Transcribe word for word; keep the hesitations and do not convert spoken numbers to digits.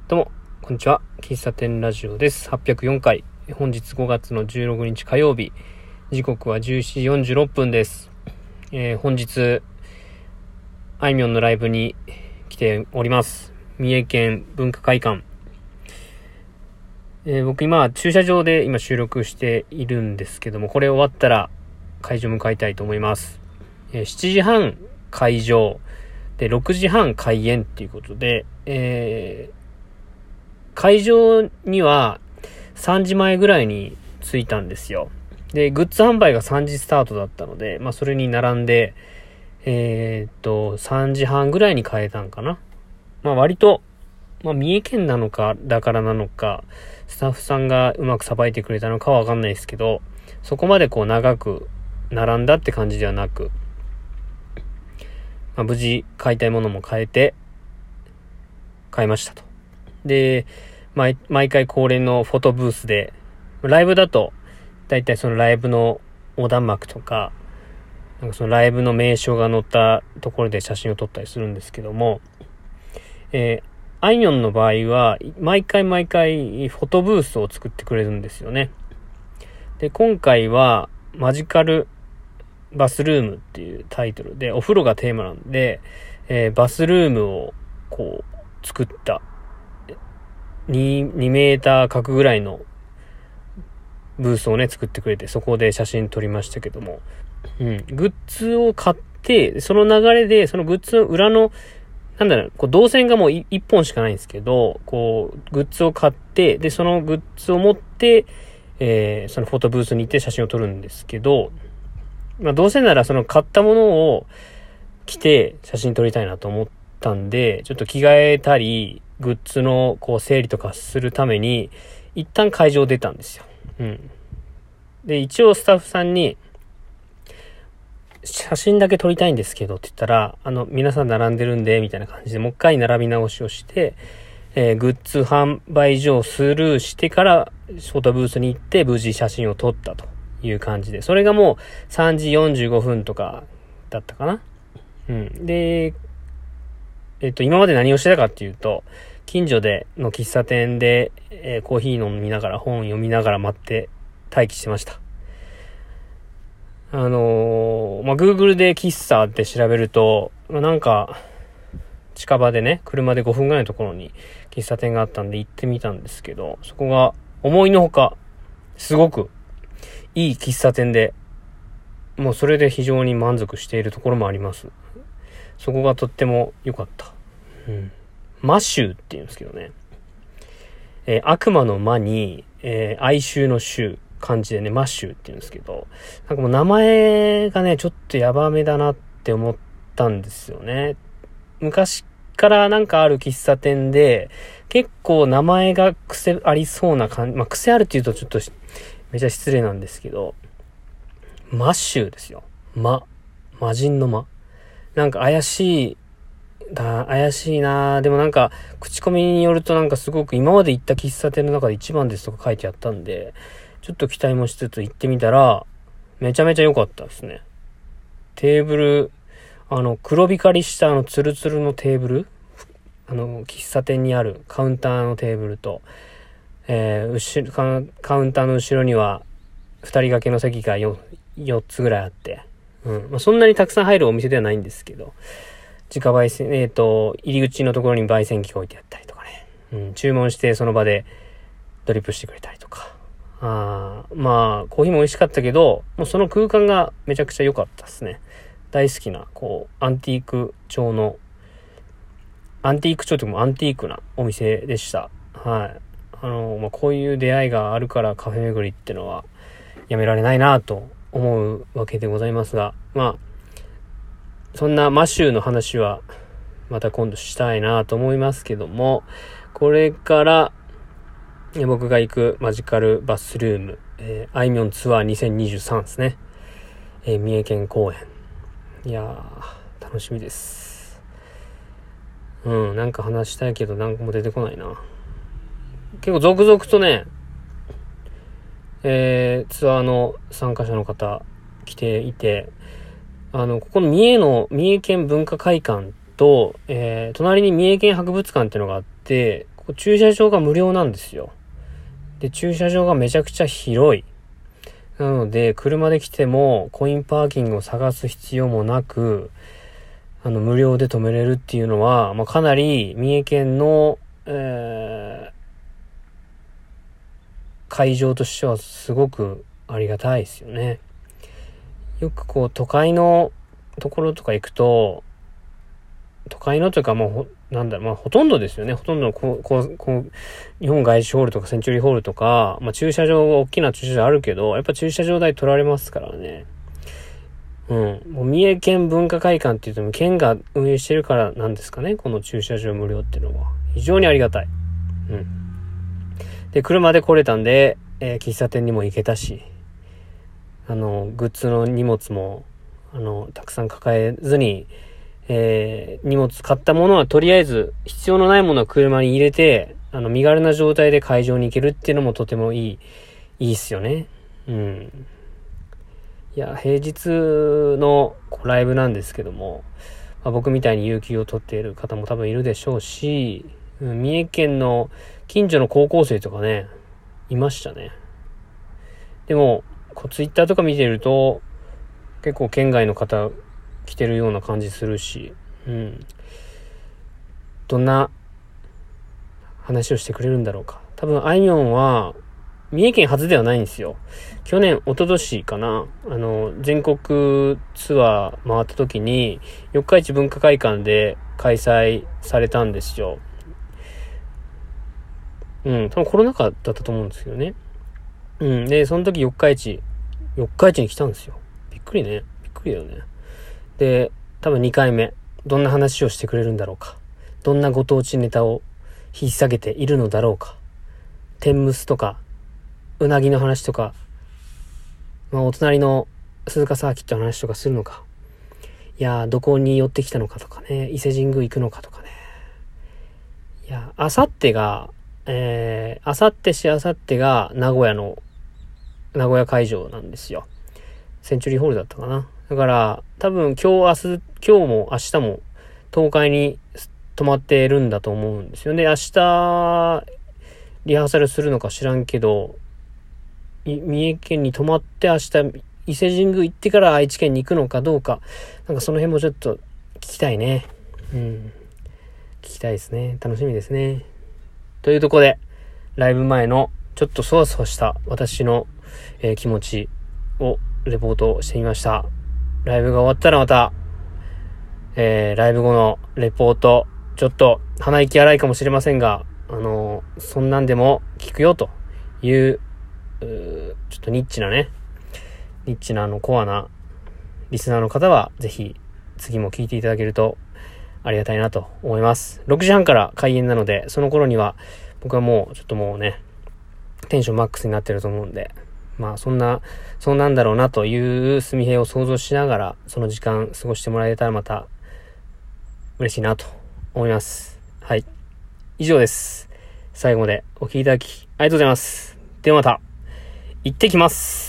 どうもこんにちは、喫茶店ラジオです。はっぴゃくよんかい、本日ごがつのじゅうろくにち火曜日、時刻はじゅうしちじよんじゅうろっぷんです。えー、本日あいみょんのライブに来ております。三重県文化会館、えー、僕今駐車場で今収録しているんですけども、これ終わったら会場向かいたいと思います。えー、しちじはん会場でろくじはん開演っていうことで、えー会場にはさんじまえぐらいに着いたんですよ。で、グッズ販売がさんじスタートだったので、まあそれに並んで、えー、っと、さんじはんぐらいに買えたんかな。まあ割と、まあ三重県なのか、だからなのか、スタッフさんがうまくさばいてくれたのかはわかんないですけど、そこまでこう長く並んだって感じではなく、まあ無事買いたいものも買えて、買いましたと。で、毎、毎回恒例のフォトブースで、ライブだと、だいたいそのライブの横断幕とか、なんかそのライブの名称が載ったところで写真を撮ったりするんですけども、えー、あいみょんの場合は、毎回毎回フォトブースを作ってくれるんですよね。で、今回は、マジカルバスルームっていうタイトルで、お風呂がテーマなんで、えー、バスルームをこう、作った、2, 2メーター角ぐらいのブースをね作ってくれて、そこで写真撮りましたけども、うん、グッズを買って、その流れでそのグッズの裏のなんだろう、こう動線がもういっぽんしかないんですけど、こうグッズを買って、でそのグッズを持って、えー、そのフォトブースに行って写真を撮るんですけど、まあどうせならその買ったものを着て写真撮りたいなと思ったんで、ちょっと着替えたりグッズのこう整理とかするために一旦会場出たんですよ。うん。で、一応スタッフさんに写真だけ撮りたいんですけどって言ったら、あの皆さん並んでるんでみたいな感じでもう一回並び直しをして、えー、グッズ販売所をスルーしてからフォトブースに行って無事写真を撮ったという感じで、それがもうさんじよんじゅうごふんとかだったかな。うん。で、えっと、今まで何をしてたかっていうと、近所での喫茶店で、えー、コーヒー飲みながら本読みながら待って待機してました。あのー、まあ、Google で喫茶って調べると、まあ、なんか、近場でね、車でごふんぐらいのところに喫茶店があったんで行ってみたんですけど、そこが思いのほか、すごくいい喫茶店で、もうそれで非常に満足しているところもあります。そこがとっても良かった。うん。魔州って言うんですけどね。えー、悪魔の魔に、えー、哀愁の愁、漢字でね、魔州って言うんですけど、なんかもう名前がね、ちょっとヤバめだなって思ったんですよね。昔からなんかある喫茶店で、結構名前が癖ありそうな感じ、まあ癖あるって言うとちょっとめちゃ失礼なんですけど、魔州ですよ。魔。魔人の魔。なんか怪しい、だ、怪しいな。でもなんか、口コミによるとなんかすごく今まで行った喫茶店の中で一番ですとか書いてあったんで、ちょっと期待もしつつ行ってみたら、めちゃめちゃ良かったですね。テーブル、あの、黒光りしたあのツルツルのテーブル、あの、喫茶店にあるカウンターのテーブルと、えー、後ろ、カウンターの後ろには、二人掛けの席が よ, よっつぐらいあって、うん。まあ、そんなにたくさん入るお店ではないんですけど、自家焙煎、えっと、入り口のところに焙煎機が置いてあったりとかね。うん。注文してその場でドリップしてくれたりとか。あまあ、コーヒーも美味しかったけど、もうその空間がめちゃくちゃ良かったですね。大好きな、こう、アンティーク調の、アンティーク調というかもアンティークなお店でした。はい。あの、まあ、こういう出会いがあるからカフェ巡りってのはやめられないなと思うわけでございますが、まあ、そんなマシューの話はまた今度したいなと思いますけども、これから僕が行くマジカルバスルーム、えー、あいみょんツアーにせんにじゅうさんですね。えー、三重県公演。いやー、楽しみです。うん、なんか話したいけどなんかも出てこないな。結構続々とね、えー、ツアーの参加者の方来ていて、あの、ここの三重の、三重県文化会館と、えー、隣に三重県博物館っていうのがあって、 駐車場が無料なんですよ。で、駐車場がめちゃくちゃ広い。なので、車で来てもコインパーキングを探す必要もなく、あの、無料で止めれるっていうのは、まあ、かなり三重県の、えー、会場としてはすごくありがたいですよね。よくこう、都会のところとか行くと、都会のというかもう、なんだろう、まあほとんどですよね。ほとんどのこう、こう、こう、日本外資ホールとかセンチュリーホールとか、まあ駐車場、大きな駐車場あるけど、やっぱ駐車場代取られますからね。うん。もう三重県文化会館って言っても県が運営してるからなんですかね。この駐車場無料っていうのは。非常にありがたい。うん。で、車で来れたんで、えー、喫茶店にも行けたし、あの、グッズの荷物も、あの、たくさん抱えずに、えー、荷物買ったものはとりあえず必要のないものは車に入れて、あの身軽な状態で会場に行けるっていうのもとてもいい、いいっすよね。うん。いや、平日のライブなんですけども、まあ、僕みたいに有給を取っている方も多分いるでしょうし、うん、三重県の近所の高校生とかね、いましたね。でも、こうツイッターとか見てると、結構県外の方、来てるような感じするし、うん。どんな話をしてくれるんだろうか。多分、あいみょんは、三重県初ではないんですよ。去年、一昨年かな。あの、全国ツアー回った時に、四日市文化会館で開催されたんですよ。うん、多分コロナ禍だったと思うんですけどね。うん、で、その時四日市、四日市に来たんですよ。びっくりね。びっくりだよね。で、多分にかいめ、どんな話をしてくれるんだろうか。どんなご当地ネタを引っ提げているのだろうか。天むすとか、うなぎの話とか、まあお隣の鈴鹿サーキットの話とかするのか。いやー、どこに寄ってきたのかとかね、伊勢神宮行くのかとかね。いや、あさってが、えー、あさってしあさってが名古屋の、名古屋会場なんですよ。センチュリーホールだったかな。だから、多分今日、明日、今日も明日も東海に泊まってるんだと思うんですよね。明日、リハーサルするのか知らんけど、三重県に泊まって明日、伊勢神宮行ってから愛知県に行くのかどうか、なんかその辺もちょっと聞きたいね。うん。聞きたいですね。楽しみですね。というところで、ライブ前のちょっとそわそわした私の、えー、気持ちをレポートしてみました。ライブが終わったらまた、えー、ライブ後のレポート、ちょっと鼻息荒いかもしれませんが、あのー、そんなんでも聞くよという、うーちょっとニッチなね、ニッチなあのコアなリスナーの方は、ぜひ次も聞いていただけるとありがたいなと思います。ろくじはんから開演なので、その頃には僕はもうちょっともうね、テンションマックスになってると思うんで、まあそんな、そうなんだろうなというすみへいを想像しながら、その時間過ごしてもらえたらまた嬉しいなと思います。はい。以上です。最後までお聞きいただきありがとうございます。ではまた、行ってきます。